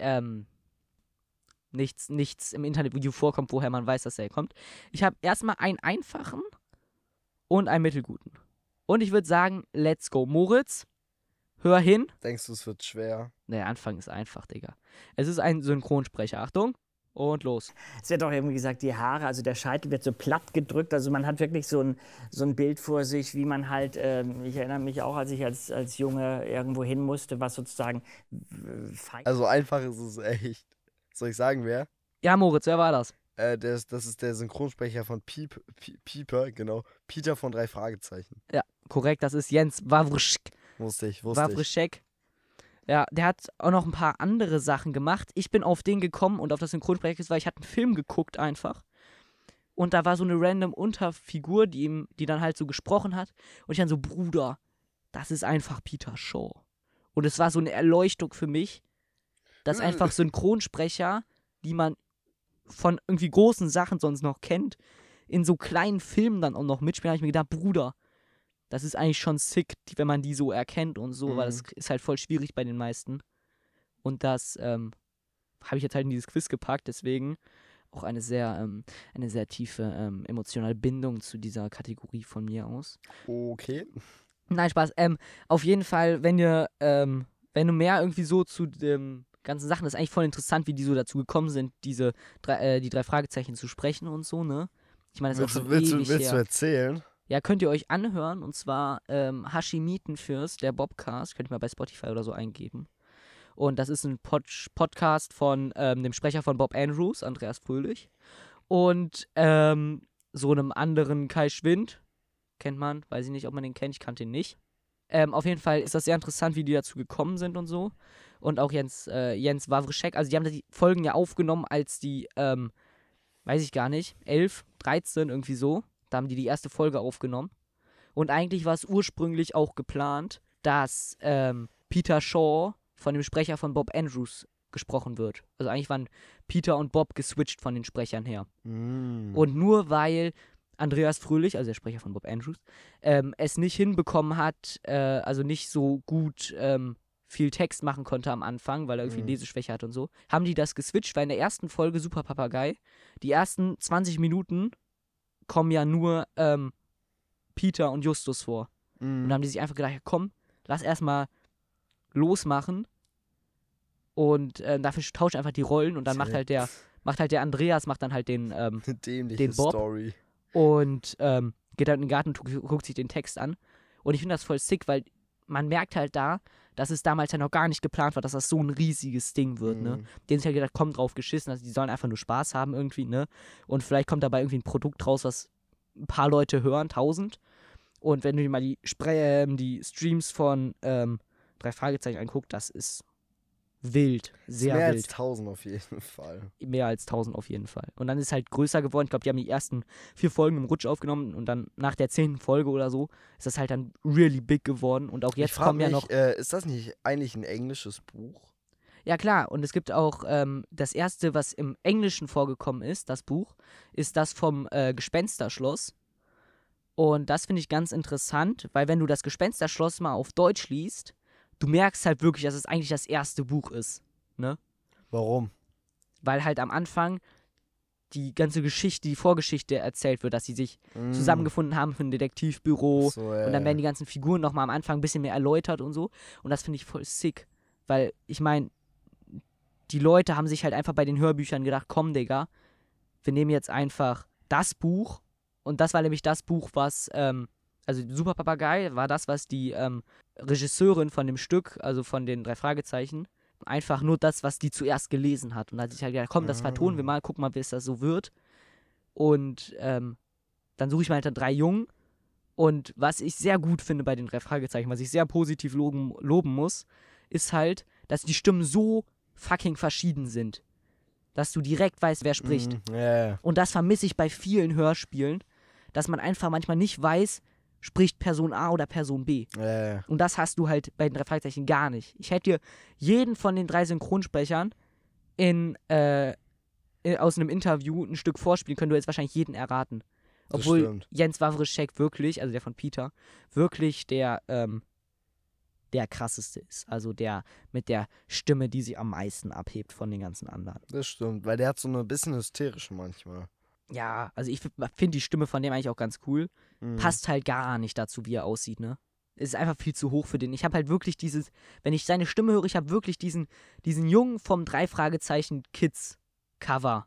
nichts im Internetvideo vorkommt, woher man weiß, dass er kommt. Ich habe erstmal einen einfachen und einen mittelguten. Und ich würde sagen, let's go. Moritz, hör hin. Denkst du, es wird schwer? Der Anfang ist einfach, Digga. Es ist ein Synchronsprecher. Achtung. Und los. Es wird auch irgendwie gesagt, die Haare, also der Scheitel wird so platt gedrückt. Also man hat wirklich so ein Bild vor sich, wie man halt, ich erinnere mich auch, als ich als Junge irgendwo hin musste, was sozusagen fein. Also einfach ist es echt. Soll ich sagen, wer? Ja, Moritz, wer war das? Das ist der Synchronsprecher von Pieper, genau. Peter von 3 Fragezeichen. Ja, korrekt, das ist Jens Wawrschek. Wusste ich. Wawrschek. Ja, der hat auch noch ein paar andere Sachen gemacht. Ich bin auf den gekommen und auf das Synchronsprecher, weil ich hatte einen Film geguckt einfach. Und da war so eine random Unterfigur, die dann halt so gesprochen hat. Und ich dann so, Bruder, das ist einfach Peter Shaw. Und es war so eine Erleuchtung für mich, dass einfach Synchronsprecher, die man von irgendwie großen Sachen sonst noch kennt, in so kleinen Filmen dann auch noch mitspielen, habe ich mir gedacht, Bruder, das ist eigentlich schon sick, wenn man die so erkennt und so, weil das ist halt voll schwierig bei den meisten. Und das habe ich jetzt halt in dieses Quiz gepackt, deswegen auch eine sehr tiefe emotionale Bindung zu dieser Kategorie von mir aus. Okay. Nein, Spaß. Auf jeden Fall, wenn du mehr irgendwie so zu den ganzen Sachen, das ist eigentlich voll interessant, wie die so dazu gekommen sind, die 3 Fragezeichen zu sprechen und so, ne? Ich meine, das ist auch schon Willst ewig du her. erzählen? Ja, könnt ihr euch anhören, und zwar Hashimitenfürst, der Bobcast, könnt ihr mal bei Spotify oder so eingeben. Und das ist ein Podcast von dem Sprecher von Bob Andrews, Andreas Fröhlich. Und so einem anderen Kai Schwind. Kennt man, weiß ich nicht, ob man den kennt, ich kannte ihn nicht. Auf jeden Fall ist das sehr interessant, wie die dazu gekommen sind und so. Und auch Jens Wawrschek, also die haben die Folgen ja aufgenommen, als die, weiß ich gar nicht, 11, 13, irgendwie so. Da haben die erste Folge aufgenommen. Und eigentlich war es ursprünglich auch geplant, dass Peter Shaw von dem Sprecher von Bob Andrews gesprochen wird. Also eigentlich waren Peter und Bob geswitcht von den Sprechern her. Und nur weil Andreas Fröhlich, also der Sprecher von Bob Andrews, es nicht hinbekommen hat, also nicht so gut viel Text machen konnte am Anfang, weil er irgendwie Leseschwäche hat und so, haben die das geswitcht, weil in der ersten Folge Super Papagei, die ersten 20 Minuten kommen ja nur Peter und Justus vor. Und da haben die sich einfach gedacht, ja, komm, lass erstmal losmachen und dafür tauschen einfach die Rollen und dann macht halt der Andreas macht dann halt den Bob. Story. Und geht dann in den Garten und guckt sich den Text an. Und ich finde das voll sick, weil man merkt halt da, dass es damals ja noch gar nicht geplant war, dass das so ein riesiges Ding wird, ne? Denen ist halt gedacht, komm, drauf geschissen, also die sollen einfach nur Spaß haben irgendwie, ne? Und vielleicht kommt dabei irgendwie ein Produkt raus, was ein paar Leute hören, 1000. Und wenn du dir mal die Streams von 3 Fragezeichen anguckst, das ist wild, sehr mehr wild. als 1000 auf jeden Fall. Mehr als 1000 auf jeden Fall. Und dann ist es halt größer geworden. Ich glaube, die haben die ersten 4 Folgen im Rutsch aufgenommen und dann nach der 10. Folge oder so ist das halt dann really big geworden. Und auch jetzt kommen ja noch... ist das nicht eigentlich ein englisches Buch? Ja klar, und es gibt auch das erste, was im Englischen vorgekommen ist, das Buch, ist das vom Gespensterschloss. Und das finde ich ganz interessant, weil wenn du das Gespensterschloss mal auf Deutsch liest, du merkst halt wirklich, dass es eigentlich das erste Buch ist, ne? Warum? Weil halt am Anfang die ganze Geschichte, die Vorgeschichte erzählt wird, dass sie sich zusammengefunden haben für ein Detektivbüro. So, und dann werden die ganzen Figuren nochmal am Anfang ein bisschen mehr erläutert und so. Und das finde ich voll sick. Weil, ich meine, die Leute haben sich halt einfach bei den Hörbüchern gedacht, komm, Digga, wir nehmen jetzt einfach das Buch. Und das war nämlich das Buch, was, also Super Papagei war das, was die Regisseurin von dem Stück, also von den 3 Fragezeichen, einfach nur das, was die zuerst gelesen hat. Und da hat sich halt gedacht, komm, das vertonen wir mal, guck mal, wie es das so wird. Und dann suche ich mal halt 3 Jungen. Und was ich sehr gut finde bei den 3 Fragezeichen, was ich sehr positiv loben muss, ist halt, dass die Stimmen so fucking verschieden sind. Dass du direkt weißt, wer spricht. Und das vermisse ich bei vielen Hörspielen, dass man einfach manchmal nicht weiß, spricht Person A oder Person B. Und das hast du halt bei den 3 Fragezeichen gar nicht. Ich hätte dir jeden von den 3 Synchronsprechern aus einem Interview ein Stück vorspielen können, du hättest wahrscheinlich jeden erraten. Obwohl Jens Wawrschek wirklich, also der von Peter, wirklich der krasseste ist. Also der mit der Stimme, die sie am meisten abhebt von den ganzen anderen. Das stimmt, weil der hat so eine bisschen hysterische manchmal. Ja, also ich finde die Stimme von dem eigentlich auch ganz cool. Passt halt gar nicht dazu, wie er aussieht, ne? Ist einfach viel zu hoch für den. Ich habe halt wirklich wenn ich seine Stimme höre, ich habe wirklich diesen Jungen vom 3 Fragezeichen Kids Cover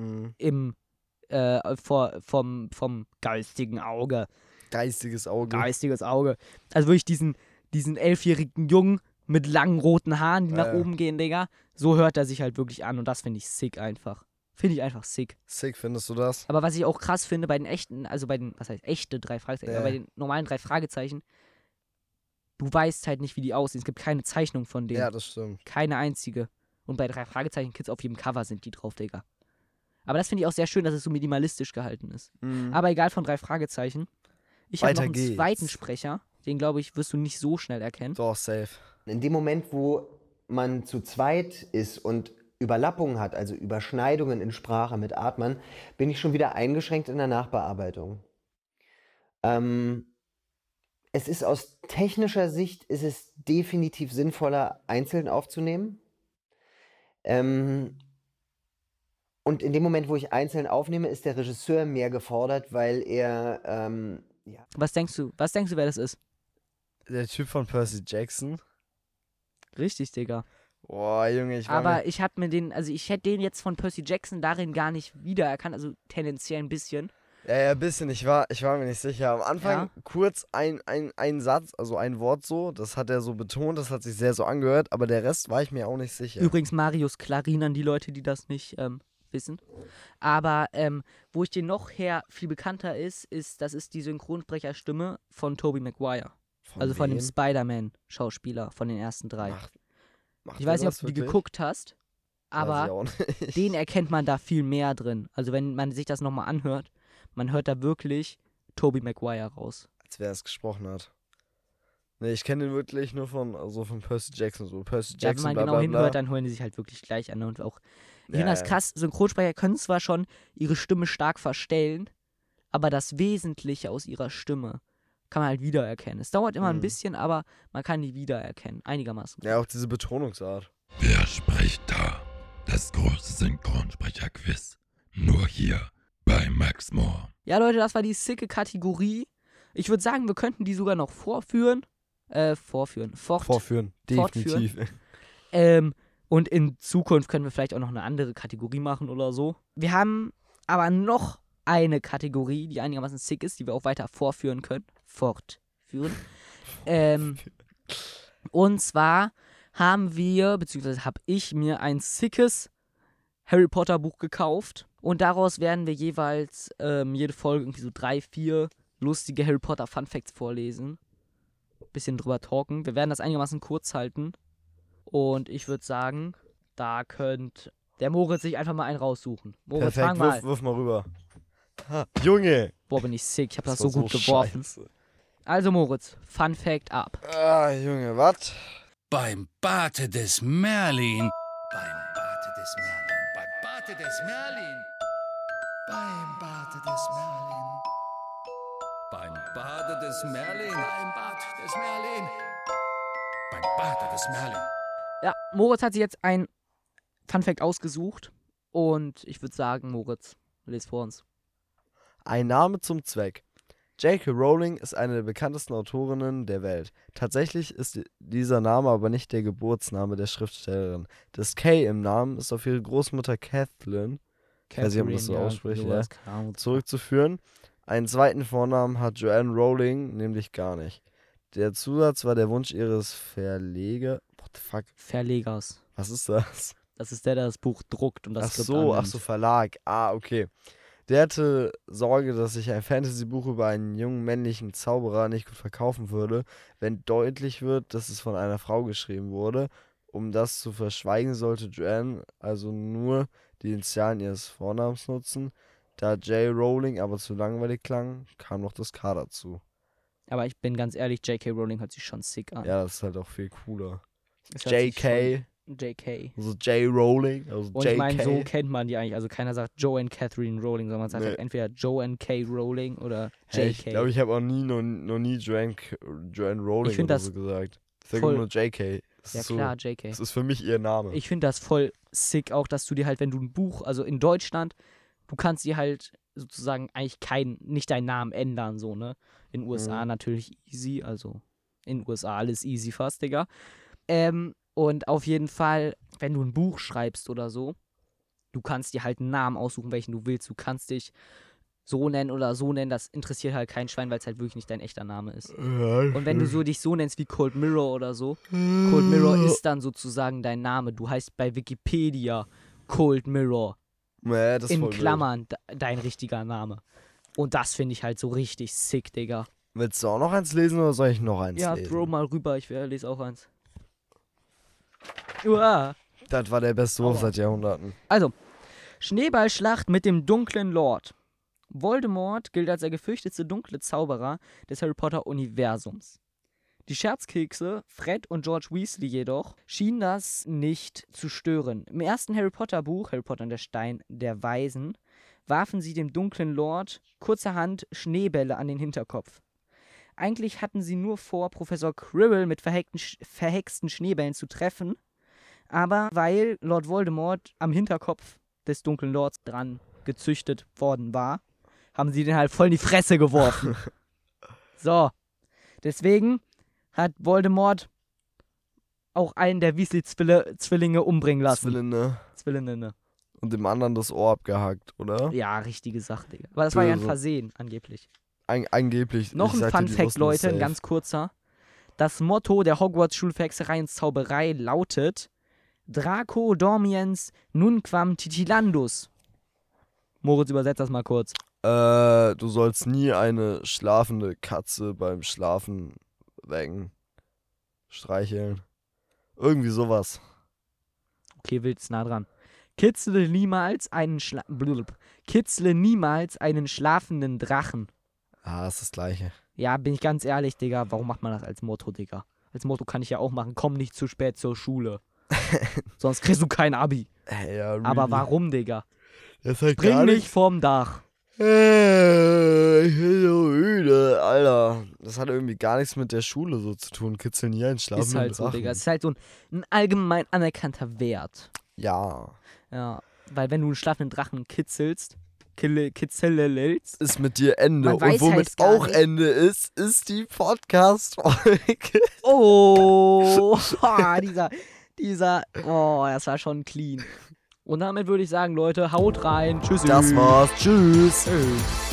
vom geistigen Auge. Geistiges Auge. Geistiges Auge. Also wirklich diesen 11-jährigen Jungen mit langen roten Haaren, die nach oben gehen, Digga. So hört er sich halt wirklich an und das finde ich sick einfach. Finde ich einfach sick. Sick, findest du das? Aber was ich auch krass finde bei den echten, also bei den, was heißt echte 3 Fragezeichen, aber bei den normalen 3 Fragezeichen, du weißt halt nicht, wie die aussehen. Es gibt keine Zeichnung von denen. Ja, das stimmt. Keine einzige. Und bei 3 Fragezeichen Kids auf jedem Cover sind die drauf, Digga. Aber das finde ich auch sehr schön, dass es so minimalistisch gehalten ist. Aber egal, von 3 Fragezeichen. Ich habe noch einen zweiten Sprecher. Den, glaube ich, wirst du nicht so schnell erkennen. Doch, safe. In dem Moment, wo man zu zweit ist und Überlappungen hat, also Überschneidungen in Sprache mit Atmern, bin ich schon wieder eingeschränkt in der Nachbearbeitung. Es ist aus technischer Sicht ist es definitiv sinnvoller, einzeln aufzunehmen. Und in dem Moment, wo ich einzeln aufnehme, ist der Regisseur mehr gefordert, weil er Was denkst du, wer das ist? Der Typ von Percy Jackson. Richtig, Digga. Boah, Junge, aber ich hätte den jetzt von Percy Jackson darin gar nicht wiedererkannt, also tendenziell ein bisschen. Ja, ein bisschen. Ich war mir nicht sicher. Am Anfang kurz ein Satz, also ein Wort so, das hat er so betont, das hat sich sehr so angehört, aber der Rest war ich mir auch nicht sicher. Übrigens Marius Clarin an die Leute, die das nicht wissen. Aber wo ich den noch viel bekannter das ist die Synchronsprecherstimme von Tobey Maguire. Also von dem wem? Spider-Man-Schauspieler von den ersten 3. Macht Ich der weiß nicht, ob das du die wirklich? geguckt hast, Weiß ich aber auch nicht. den erkennt man da viel mehr drin. Also wenn man sich das nochmal anhört, man hört da wirklich Tobey Maguire raus. Als wer es gesprochen hat. Nee, ich kenne den wirklich nur von Percy Jackson. So Percy Ja, wenn Jackson, man bla, genau bla, hinhört, bla. dann hören die sich halt wirklich gleich an. Und auch, ich Ja, finde das ja. krass, Synchronsprecher können zwar schon ihre Stimme stark verstellen, aber das Wesentliche aus ihrer Stimme kann man halt wiedererkennen. Es dauert immer ein Mhm. bisschen, aber man kann die wiedererkennen. Einigermaßen. Ja, auch diese Betonungsart. Wer spricht da? Das große Synchronsprecher-Quiz. Nur hier bei Max Moore. Ja, Leute, das war die sicke Kategorie. Ich würde sagen, wir könnten die sogar noch fortführen. Fortführen. Fortführen. Definitiv. Und in Zukunft können wir vielleicht auch noch eine andere Kategorie machen oder so. Wir haben aber noch eine Kategorie, die einigermaßen sick ist, die wir auch weiter fortführen können. Und zwar beziehungsweise habe ich mir ein sickes Harry Potter Buch gekauft. Und daraus werden wir jeweils jede Folge irgendwie so 3, 4 lustige Harry Potter Fun Facts vorlesen. Bisschen drüber talken. Wir werden das einigermaßen kurz halten. Und ich würde sagen, da könnt der Moritz sich einfach mal einen raussuchen. Moritz, Perfekt, fang mal. wirf mal rüber. Ha, Junge! Boah, bin ich sick. Ich habe das war so gut geworfen. scheiße. Also Moritz, Fun Fact ab. Ah, Junge, was? Beim Bate des Merlin. Beim Bate des Merlin. Beim Bate des Merlin. Beim Bate des Merlin. Beim Bade des Merlin. Beim Bad des Merlin. Beim Bade des Merlin. Ja, Moritz hat sich jetzt ein Fun Fact ausgesucht. Und ich würde sagen, Moritz, les vor uns. Ein Name zum Zweck. J.K. Rowling ist eine der bekanntesten Autorinnen der Welt. Tatsächlich ist dieser Name aber nicht der Geburtsname der Schriftstellerin. Das K im Namen ist auf ihre Großmutter Kathleen, weiß nicht, ob man das so ausspricht, ja, zurückzuführen. Einen zweiten Vornamen hat Joanne Rowling nämlich gar nicht. Der Zusatz war der Wunsch ihres Verlegers. What the fuck? Verlegers. Was ist das? Das ist der das Buch druckt und das Ach Skript so, annimmt. Verlag. Ah, okay. Der hatte Sorge, dass sich ein Fantasy-Buch über einen jungen männlichen Zauberer nicht gut verkaufen würde, wenn deutlich wird, dass es von einer Frau geschrieben wurde. Um das zu verschweigen, sollte Joanne also nur die Initialen ihres Vornamens nutzen. Da J. Rowling aber zu langweilig klang, kam noch das K dazu. Aber ich bin ganz ehrlich, J.K. Rowling hört sich schon sick an. Ja, das ist halt auch viel cooler. Es hört sich J.K., schon- J.K. also J. Rowling, also Und J.K. ich meine, so kennt man die eigentlich. Also keiner sagt Joanne Catherine Rowling, sondern man sagt Nee. halt entweder Joanne K. Rowling oder Hey, J.K. ich glaube, ich habe auch noch nie Joanne Rowling Ich find oder das so gesagt. Ich sage voll- nur J.K. Das Ja ist so, klar, J.K. das ist für mich ihr Name. Ich finde das voll sick auch, dass du dir halt, wenn du ein Buch, also in Deutschland, du kannst dir halt sozusagen eigentlich nicht deinen Namen ändern, so, ne? In USA natürlich easy, also in USA alles easy fast, Digga. Und auf jeden Fall, wenn du ein Buch schreibst oder so, du kannst dir halt einen Namen aussuchen, welchen du willst. Du kannst dich so nennen oder so nennen, das interessiert halt kein Schwein, weil es halt wirklich nicht dein echter Name ist. Und wenn du so dich so nennst wie Cold Mirror oder so, Cold Mirror ist dann sozusagen dein Name. Du heißt bei Wikipedia Cold Mirror. Nee, das ist In voll blöd. Klammern dein richtiger Name. Und das finde ich halt so richtig sick, Digga. Willst du auch noch eins lesen oder soll ich noch eins Ja, lesen? throw mal rüber, ich lese auch eins. Uah. Das war der beste Wurf seit Jahrhunderten. Also, Schneeballschlacht mit dem dunklen Lord. Voldemort gilt als der gefürchtetste dunkle Zauberer des Harry Potter-Universums. Die Scherzkekse Fred und George Weasley jedoch schienen das nicht zu stören. Im ersten Harry Potter-Buch, Harry Potter und der Stein der Weisen, warfen sie dem dunklen Lord kurzerhand Schneebälle an den Hinterkopf. Eigentlich hatten sie nur vor, Professor Quirrell mit verhexten Schneebällen zu treffen, aber weil Lord Voldemort am Hinterkopf des dunklen Lords dran gezüchtet worden war, haben sie den halt voll in die Fresse geworfen. So, deswegen hat Voldemort auch einen der Weasley-Zwillinge umbringen lassen. Zwillinge, ne? Und dem anderen das Ohr abgehackt, oder? Ja, richtige Sache, Digga. Aber das war ja ein Böse. Versehen, angeblich. Angeblich. Noch Ich ein sagte, Fun die Fact, wussten es Leute, ein safe. ganz kurzer. Das Motto der Hogwarts-Schule für Hexerei und Zauberei lautet Draco dormiens nunquam titilandus. Moritz, übersetzt das mal kurz. Du sollst nie eine schlafende Katze beim Schlafen wecken. Streicheln. Irgendwie sowas. Okay, wild, nah dran. Kitzle niemals einen schlafenden Drachen. Ah, ist das Gleiche. Ja, bin ich ganz ehrlich, Digga, warum macht man das als Motto, Digga? Als Motto kann ich ja auch machen, komm nicht zu spät zur Schule. Sonst kriegst du kein Abi. Ja, really. Aber warum, Digga? Das ist halt Bring gar mich vom Dach. Ich bin so müde, Alter. Das hat irgendwie gar nichts mit der Schule so zu tun. Kitzeln hier einen schlafenden Ist halt so, Drachen. Digga. Es ist halt so ein allgemein anerkannter Wert. Ja. Ja, weil wenn du einen schlafenden Drachen kitzelst, Ist mit dir Ende. Man Und weiß womit halt gar auch nicht. Ende ist die Podcast-Folge. Oh, oh, das war schon clean. Und damit würde ich sagen, Leute, haut rein. Tschüssi. Das war's. Tschüss. Tschüss.